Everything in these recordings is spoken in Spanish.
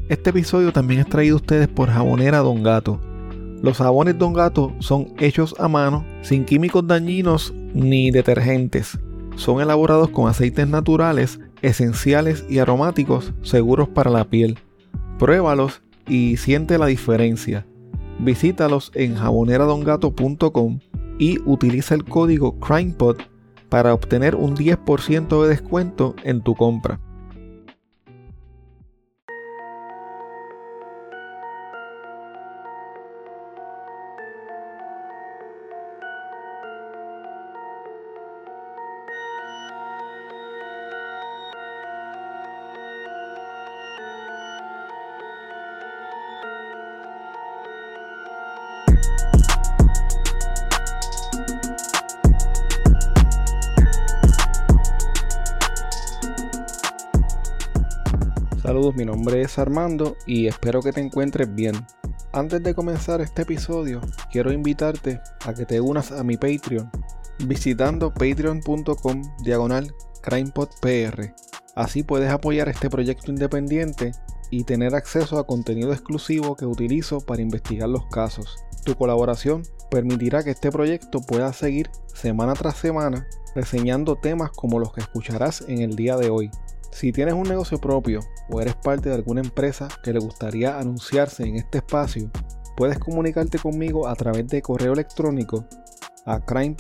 Este episodio también es traído a ustedes por Jabonera Don Gato. Los jabones Don Gato son hechos a mano, sin químicos dañinos ni detergentes. Son elaborados con aceites naturales, esenciales y aromáticos seguros para la piel. Pruébalos y siente la diferencia. Visítalos en jaboneradongato.com y utiliza el código CrimePod para obtener un 10% de descuento en tu compra. Saludos, mi nombre es Armando y espero que te encuentres bien. Antes de comenzar este episodio, quiero invitarte a que te unas a mi Patreon visitando patreon.com/CrimePodPR. Así puedes apoyar este proyecto independiente y tener acceso a contenido exclusivo que utilizo para investigar los casos. Tu colaboración permitirá que este proyecto pueda seguir semana tras semana reseñando temas como los que escucharás en el día de hoy. Si tienes un negocio propio o eres parte de alguna empresa que le gustaría anunciarse en este espacio, puedes comunicarte conmigo a través de correo electrónico a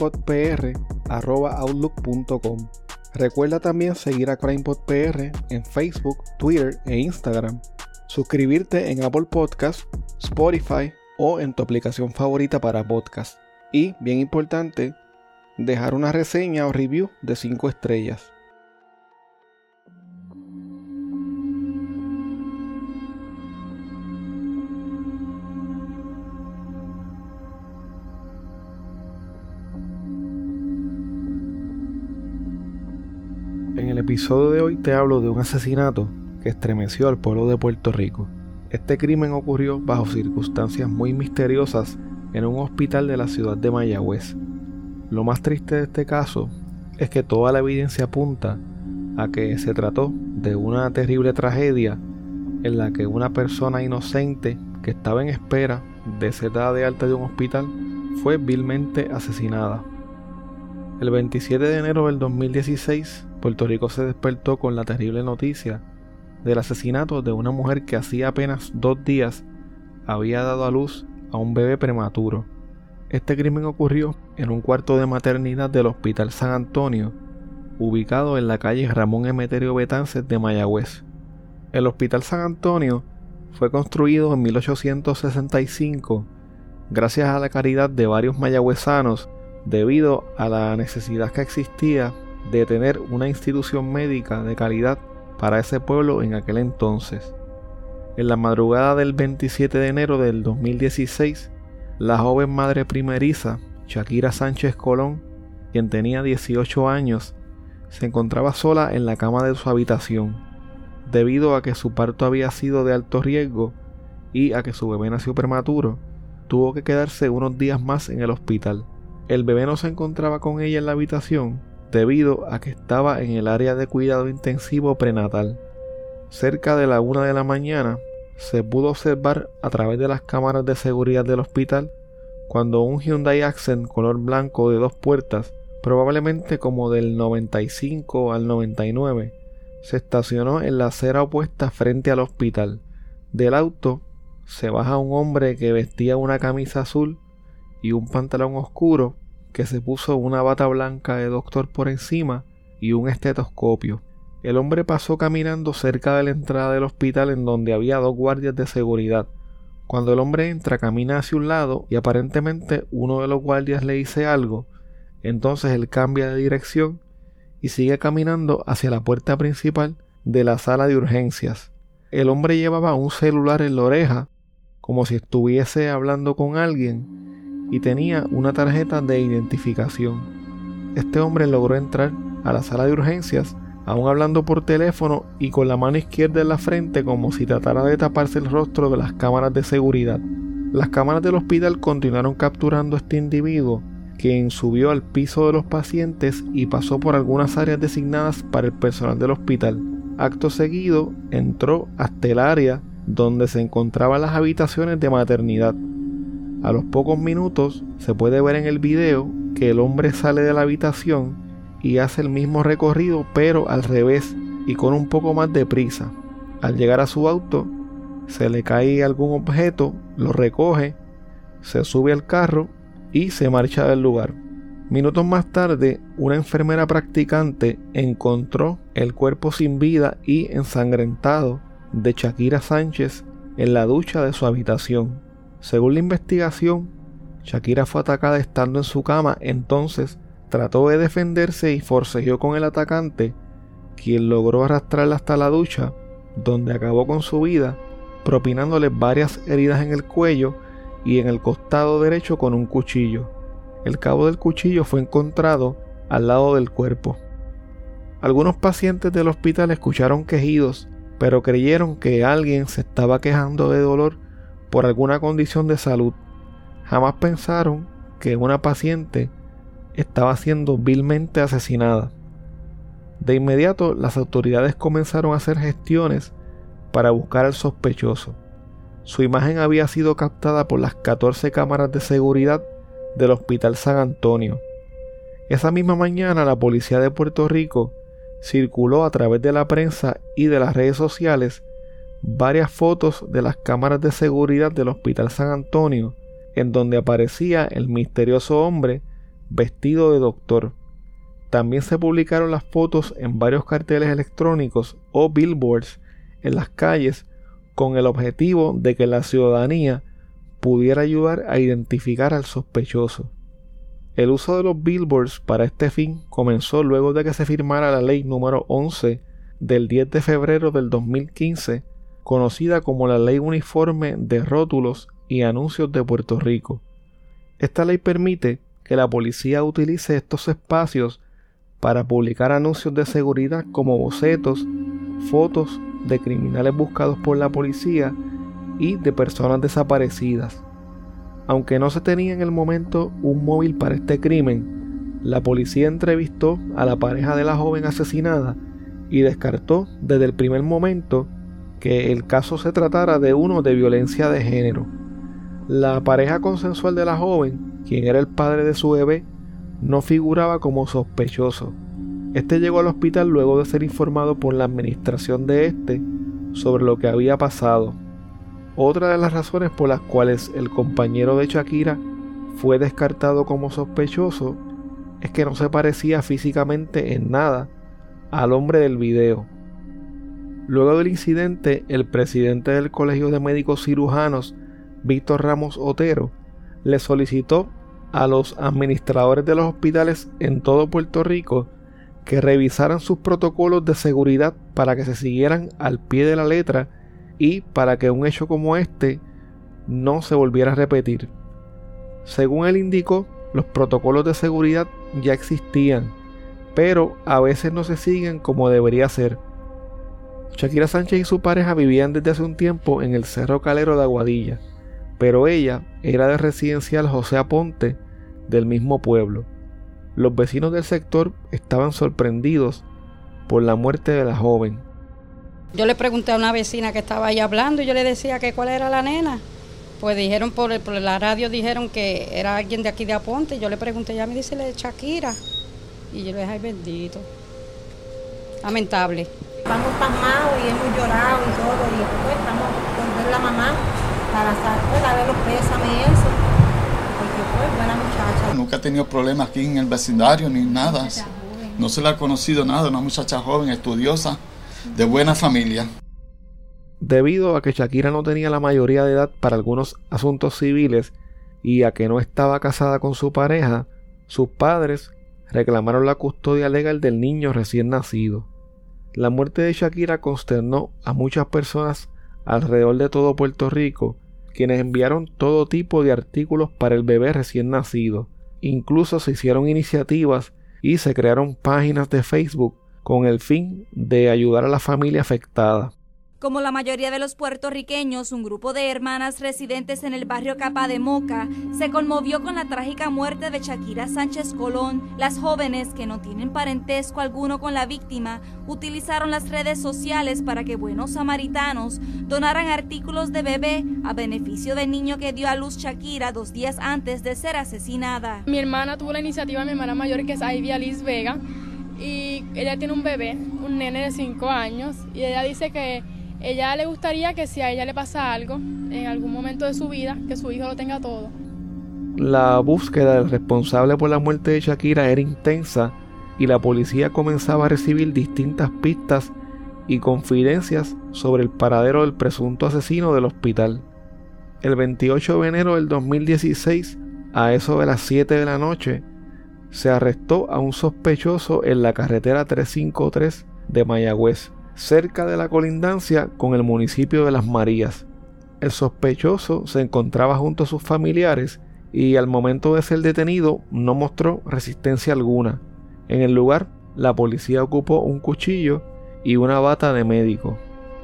crimepodpr@outlook.com. Recuerda también seguir a CrimePodPR en Facebook, Twitter e Instagram. Suscribirte en Apple Podcasts, Spotify o en tu aplicación favorita para podcast. Y, bien importante, dejar una reseña o review de 5 estrellas. En el episodio de hoy te hablo de un asesinato que estremeció al pueblo de Puerto Rico. Este crimen ocurrió bajo circunstancias muy misteriosas en un hospital de la ciudad de Mayagüez. Lo más triste de este caso es que toda la evidencia apunta a que se trató de una terrible tragedia en la que una persona inocente que estaba en espera de ser dada de alta de un hospital fue vilmente asesinada. El 27 de enero del 2016, Puerto Rico se despertó con la terrible noticia del asesinato de una mujer que hacía apenas 2 días había dado a luz a un bebé prematuro. Este crimen ocurrió en un cuarto de maternidad del Hospital San Antonio, ubicado en la calle Ramón Emeterio Betances de Mayagüez. El Hospital San Antonio fue construido en 1865 gracias a la caridad de varios mayagüezanos debido a la necesidad que existía de tener una institución médica de calidad para ese pueblo en aquel entonces. En la madrugada del 27 de enero del 2016, la joven madre primeriza, Shakira Sánchez Colón, quien tenía 18 años, se encontraba sola en la cama de su habitación, debido a que su parto había sido de alto riesgo y a que su bebé nació prematuro. Tuvo que quedarse unos días más en el hospital. El bebé no se encontraba con ella en la habitación debido a que estaba en el área de cuidado intensivo prenatal. Cerca de la 1 de la mañana se pudo observar a través de las cámaras de seguridad del hospital cuando un Hyundai Accent color blanco de 2 puertas, probablemente como del 95 al 99, se estacionó en la acera opuesta frente al hospital. Del auto se baja un hombre que vestía una camisa azul y un pantalón oscuro, que se puso una bata blanca de doctor por encima y un estetoscopio. El hombre pasó caminando cerca de la entrada del hospital en donde había 2 guardias de seguridad. Cuando el hombre entra, camina hacia un lado y aparentemente uno de los guardias le dice algo. Entonces él cambia de dirección y sigue caminando hacia la puerta principal de la sala de urgencias. El hombre llevaba un celular en la oreja, como si estuviese hablando con alguien, y tenía una tarjeta de identificación. Este hombre logró entrar a la sala de urgencias, aún hablando por teléfono y con la mano izquierda en la frente como si tratara de taparse el rostro de las cámaras de seguridad. Las cámaras del hospital continuaron capturando a este individuo, quien subió al piso de los pacientes y pasó por algunas áreas designadas para el personal del hospital. Acto seguido, entró hasta el área donde se encontraban las habitaciones de maternidad. A los pocos minutos se puede ver en el video que el hombre sale de la habitación y hace el mismo recorrido pero al revés y con un poco más de prisa. Al llegar a su auto, se le cae algún objeto, lo recoge, se sube al carro y se marcha del lugar. Minutos más tarde, una enfermera practicante encontró el cuerpo sin vida y ensangrentado de Shakira Sánchez en la ducha de su habitación. Según la investigación, Shakira fue atacada estando en su cama, entonces trató de defenderse y forcejeó con el atacante, quien logró arrastrarla hasta la ducha, donde acabó con su vida, propinándole varias heridas en el cuello y en el costado derecho con un cuchillo. El cabo del cuchillo fue encontrado al lado del cuerpo. Algunos pacientes del hospital escucharon quejidos, pero creyeron que alguien se estaba quejando de dolor por alguna condición de salud. Jamás pensaron que una paciente estaba siendo vilmente asesinada. De inmediato, las autoridades comenzaron a hacer gestiones para buscar al sospechoso. Su imagen había sido captada por las 14 cámaras de seguridad del Hospital San Antonio. Esa misma mañana, la policía de Puerto Rico circuló a través de la prensa y de las redes sociales varias fotos de las cámaras de seguridad del Hospital San Antonio, en donde aparecía el misterioso hombre vestido de doctor. También se publicaron las fotos en varios carteles electrónicos o billboards en las calles con el objetivo de que la ciudadanía pudiera ayudar a identificar al sospechoso. El uso de los billboards para este fin comenzó luego de que se firmara la ley número 11 del 10 de febrero del 2015, conocida como la Ley Uniforme de Rótulos y Anuncios de Puerto Rico. Esta ley permite que la policía utilice estos espacios para publicar anuncios de seguridad como bocetos, fotos de criminales buscados por la policía y de personas desaparecidas. Aunque no se tenía en el momento un móvil para este crimen, la policía entrevistó a la pareja de la joven asesinada y descartó desde el primer momento que el caso se tratara de uno de violencia de género. La pareja consensual de la joven, quien era el padre de su bebé, no figuraba como sospechoso. Este llegó al hospital luego de ser informado por la administración de este sobre lo que había pasado. Otra de las razones por las cuales el compañero de Shakira fue descartado como sospechoso es que no se parecía físicamente en nada al hombre del video. Luego del incidente, el presidente del Colegio de Médicos Cirujanos, Víctor Ramos Otero, le solicitó a los administradores de los hospitales en todo Puerto Rico que revisaran sus protocolos de seguridad para que se siguieran al pie de la letra y para que un hecho como este no se volviera a repetir. Según él indicó, los protocolos de seguridad ya existían, pero a veces no se siguen como debería ser. Shakira Sánchez y su pareja vivían desde hace un tiempo en el Cerro Calero de Aguadilla, pero ella era de residencial José Aponte del mismo pueblo. Los vecinos del sector estaban sorprendidos por la muerte de la joven. Yo le pregunté a una vecina que estaba ahí hablando y yo le decía que cuál era la nena. Pues dijeron por la radio, dijeron que era alguien de aquí de Aponte. Yo le pregunté, ella me dice de Shakira. Y yo le dije, ay bendito. Lamentable. Estamos pasmados y hemos llorado y todo. Y después estamos por ver la mamá para darle los pésames y eso. Porque fue buena muchacha. Nunca ha tenido problemas aquí en el vecindario ni nada. No se le ha conocido nada. Una muchacha joven, estudiosa, de buena familia. Debido a que Shakira no tenía la mayoría de edad para algunos asuntos civiles y a que no estaba casada con su pareja, sus padres reclamaron la custodia legal del niño recién nacido. La muerte de Shakira consternó a muchas personas alrededor de todo Puerto Rico, quienes enviaron todo tipo de artículos para el bebé recién nacido. Incluso se hicieron iniciativas y se crearon páginas de Facebook con el fin de ayudar a la familia afectada. Como la mayoría de los puertorriqueños, un grupo de hermanas residentes en el barrio Capa de Moca se conmovió con la trágica muerte de Shakira Sánchez Colón. Las jóvenes, que no tienen parentesco alguno con la víctima, utilizaron las redes sociales para que buenos samaritanos donaran artículos de bebé a beneficio del niño que dio a luz Shakira 2 días antes de ser asesinada. Mi hermana tuvo la iniciativa, mi hermana mayor, que es Ivy Alice Vega, y ella tiene un bebé, un nene de 5 años, y ella dice que ella le gustaría que si a ella le pasa algo en algún momento de su vida, que su hijo lo tenga todo. La búsqueda del responsable por la muerte de Shakira era intensa y la policía comenzaba a recibir distintas pistas y confidencias sobre el paradero del presunto asesino del hospital. El 28 de enero del 2016, a eso de las 7 de la noche, se arrestó a un sospechoso en la carretera 353 de Mayagüez, cerca de la colindancia con el municipio de Las Marías. El sospechoso se encontraba junto a sus familiares y al momento de ser detenido no mostró resistencia alguna. En el lugar, la policía ocupó un cuchillo y una bata de médico.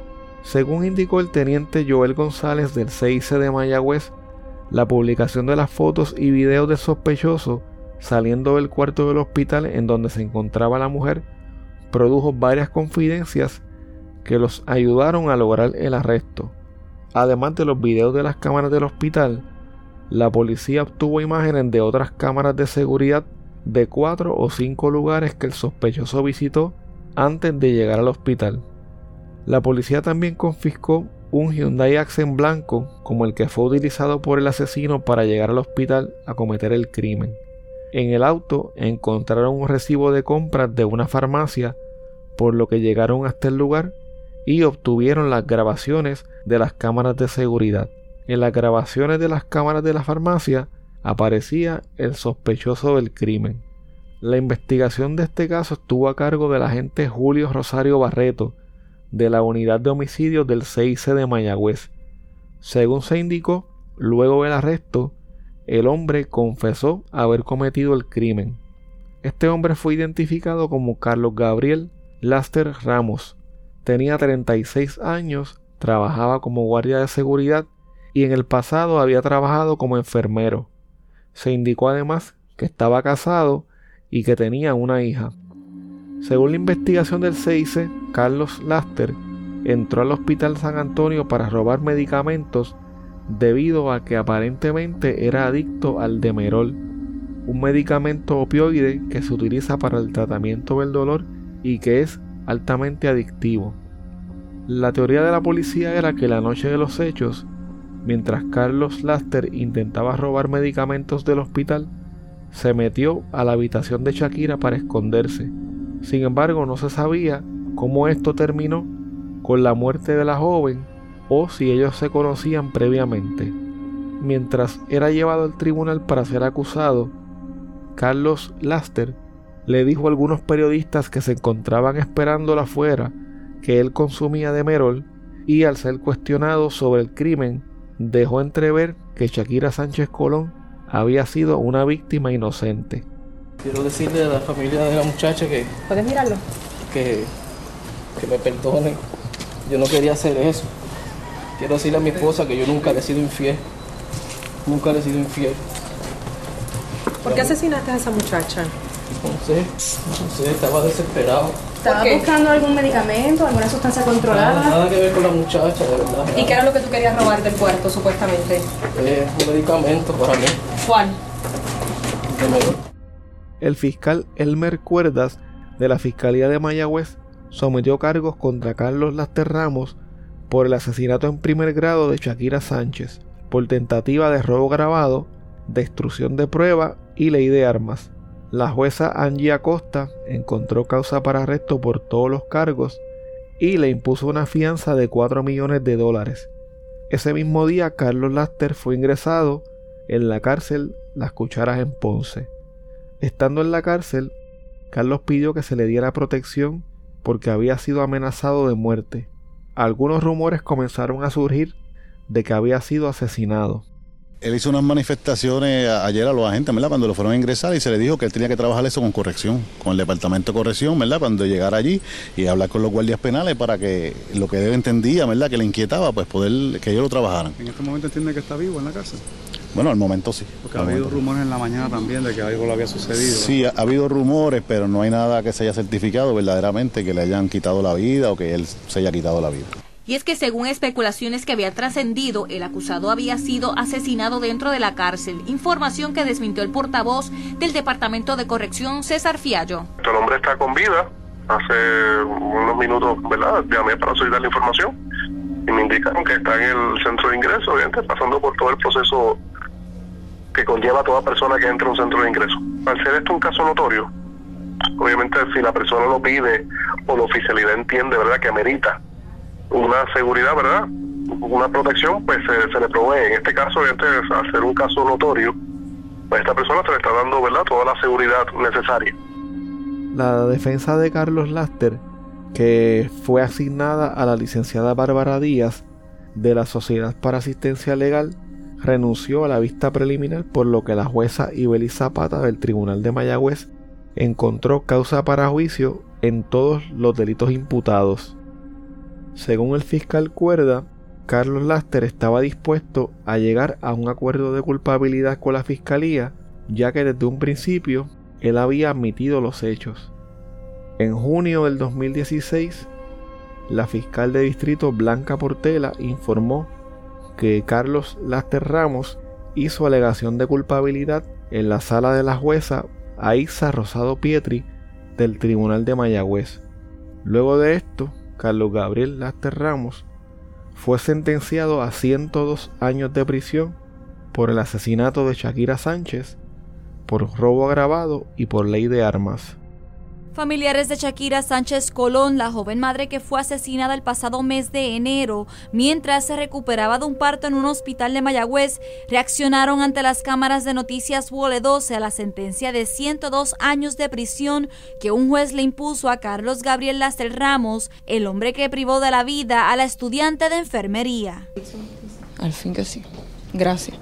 Según indicó el teniente Joel González del CIC de Mayagüez, la publicación de las fotos y videos del sospechoso saliendo del cuarto del hospital en donde se encontraba la mujer produjo varias confidencias que los ayudaron a lograr el arresto. Además de los videos de las cámaras del hospital, la policía obtuvo imágenes de otras cámaras de seguridad de 4 o 5 lugares que el sospechoso visitó antes de llegar al hospital. La policía también confiscó un Hyundai Accent blanco como el que fue utilizado por el asesino para llegar al hospital a cometer el crimen. En el auto encontraron un recibo de compras de una farmacia, por lo que llegaron hasta el lugar y obtuvieron las grabaciones de las cámaras de seguridad. En las grabaciones de las cámaras de la farmacia aparecía el sospechoso del crimen. La investigación de este caso estuvo a cargo del agente Julio Rosario Barreto, de la Unidad de Homicidios del CIC de Mayagüez. Según se indicó, luego del arresto, el hombre confesó haber cometido el crimen. Este hombre fue identificado como Carlos Gabriel Laster Ramos. Tenía 36 años, trabajaba como guardia de seguridad y en el pasado había trabajado como enfermero. Se indicó además que estaba casado y que tenía una hija. Según la investigación del CIC, Carlos Laster entró al Hospital San Antonio para robar medicamentos debido a que aparentemente era adicto al Demerol, un medicamento opioide que se utiliza para el tratamiento del dolor y que es altamente adictivo. La teoría de la policía era que la noche de los hechos, mientras Carlos Laster intentaba robar medicamentos del hospital, se metió a la habitación de Shakira para esconderse. Sin embargo, no se sabía cómo esto terminó con la muerte de la joven o si ellos se conocían previamente. Mientras era llevado al tribunal para ser acusado, Carlos Laster le dijo a algunos periodistas que se encontraban esperándolo afuera que él consumía Demerol y al ser cuestionado sobre el crimen dejó entrever que Shakira Sánchez Colón había sido una víctima inocente. Quiero decirle a la familia de la muchacha que... ¿Puedes mirarlo? Que me perdone. Yo no quería hacer eso. Quiero decirle a mi esposa que yo nunca le he sido infiel. Nunca le he sido infiel. ¿Por qué asesinaste a esa muchacha? No sé, estaba desesperado. ¿Estabas buscando algún medicamento, alguna sustancia controlada? Nada que ver con la muchacha, de verdad. ¿Y qué era lo que tú querías robar del cuarto, supuestamente? Un medicamento para mí. ¿Cuál? El fiscal Elmer Cuerdas de la Fiscalía de Mayagüez sometió cargos contra Carlos Laster Ramos por el asesinato en primer grado de Shakira Sánchez, por tentativa de robo agravado, destrucción de prueba y ley de armas. La jueza Angie Acosta encontró causa para arresto por todos los cargos y le impuso una fianza de $4 millones. Ese mismo día, Carlos Laster fue ingresado en la cárcel Las Cucharas en Ponce. Estando en la cárcel, Carlos pidió que se le diera protección porque había sido amenazado de muerte. Algunos rumores comenzaron a surgir de que había sido asesinado. Él hizo unas manifestaciones ayer a los agentes, ¿verdad? Cuando lo fueron a ingresar, y se le dijo que él tenía que trabajar eso con corrección, con el departamento de corrección, ¿verdad? Cuando llegara allí y hablar con los guardias penales para que lo que él entendía, ¿verdad? Que le inquietaba, pues poder que ellos lo trabajaran. ¿En este momento entiende que está vivo en la cárcel? Bueno, al momento sí. Porque ha habido rumores en la mañana también de que algo le había sucedido. Sí, ha habido rumores, pero no hay nada que se haya certificado verdaderamente que le hayan quitado la vida o que él se haya quitado la vida. Y es que según especulaciones que habían trascendido, el acusado había sido asesinado dentro de la cárcel, información que desmintió el portavoz del Departamento de Corrección, César Fiallo. El hombre está con vida, hace unos minutos, ¿verdad? Llamé para solicitar la información y me indicaron que está en el centro de ingreso, obviamente pasando por todo el proceso que conlleva a toda persona que entre a un centro de ingreso. Al ser esto un caso notorio, obviamente si la persona lo pide o la oficialidad entiende, ¿verdad?, que amerita una seguridad, ¿verdad?, una protección, pues se le provee. En este caso, obviamente, al ser un caso notorio, pues a esta persona se le está dando, ¿verdad?, toda la seguridad necesaria. La defensa de Carlos Laster, que fue asignada a la licenciada Bárbara Díaz de la Sociedad para Asistencia Legal, renunció a la vista preliminar, por lo que la jueza Ibeliz Zapata del Tribunal de Mayagüez encontró causa para juicio en todos los delitos imputados. Según el fiscal Cuerda, Carlos Laster estaba dispuesto a llegar a un acuerdo de culpabilidad con la fiscalía, ya que desde un principio él había admitido los hechos. En junio del 2016, la fiscal de distrito Blanca Portela informó que Carlos Laster Ramos hizo alegación de culpabilidad en la sala de la jueza Aiza Rosado Pietri del Tribunal de Mayagüez. Luego de esto, Carlos Gabriel Laster Ramos fue sentenciado a 102 años de prisión por el asesinato de Shakira Sánchez, por robo agravado y por ley de armas. Familiares de Shakira Sánchez Colón, la joven madre que fue asesinada el pasado mes de enero mientras se recuperaba de un parto en un hospital de Mayagüez, reaccionaron ante las cámaras de Noticias UOL 12 a la sentencia de 102 años de prisión que un juez le impuso a Carlos Gabriel Laster Ramos, el hombre que privó de la vida a la estudiante de enfermería. Al fin que sí. Gracias.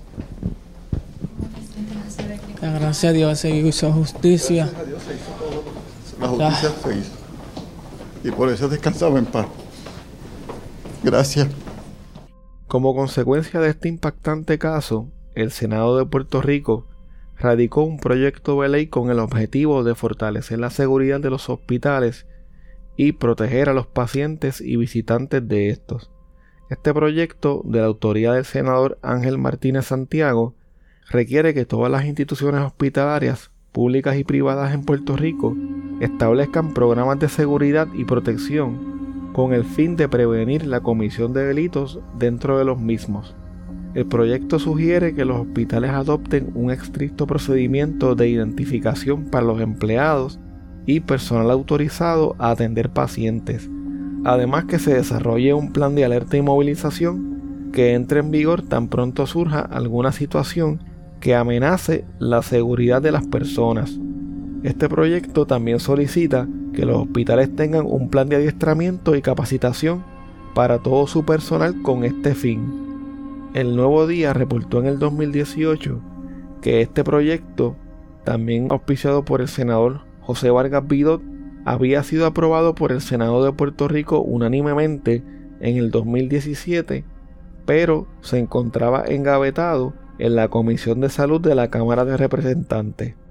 Gracias a Dios se hizo justicia. La justicia se hizo. Y por eso descansaba en paz. Gracias. Como consecuencia de este impactante caso, el Senado de Puerto Rico radicó un proyecto de ley con el objetivo de fortalecer la seguridad de los hospitales y proteger a los pacientes y visitantes de estos. Este proyecto, de la autoría del senador Ángel Martínez Santiago, requiere que todas las instituciones hospitalarias, públicas y privadas en Puerto Rico, establezcan programas de seguridad y protección con el fin de prevenir la comisión de delitos dentro de los mismos. El proyecto sugiere que los hospitales adopten un estricto procedimiento de identificación para los empleados y personal autorizado a atender pacientes. Además, que se desarrolle un plan de alerta y movilización que entre en vigor tan pronto surja alguna situación que amenace la seguridad de las personas. Este proyecto también solicita que los hospitales tengan un plan de adiestramiento y capacitación para todo su personal con este fin. El Nuevo Día reportó en el 2018 que este proyecto, también auspiciado por el senador José Vargas Vidot, había sido aprobado por el Senado de Puerto Rico unánimemente en el 2017, pero se encontraba engavetado en la Comisión de Salud de la Cámara de Representantes.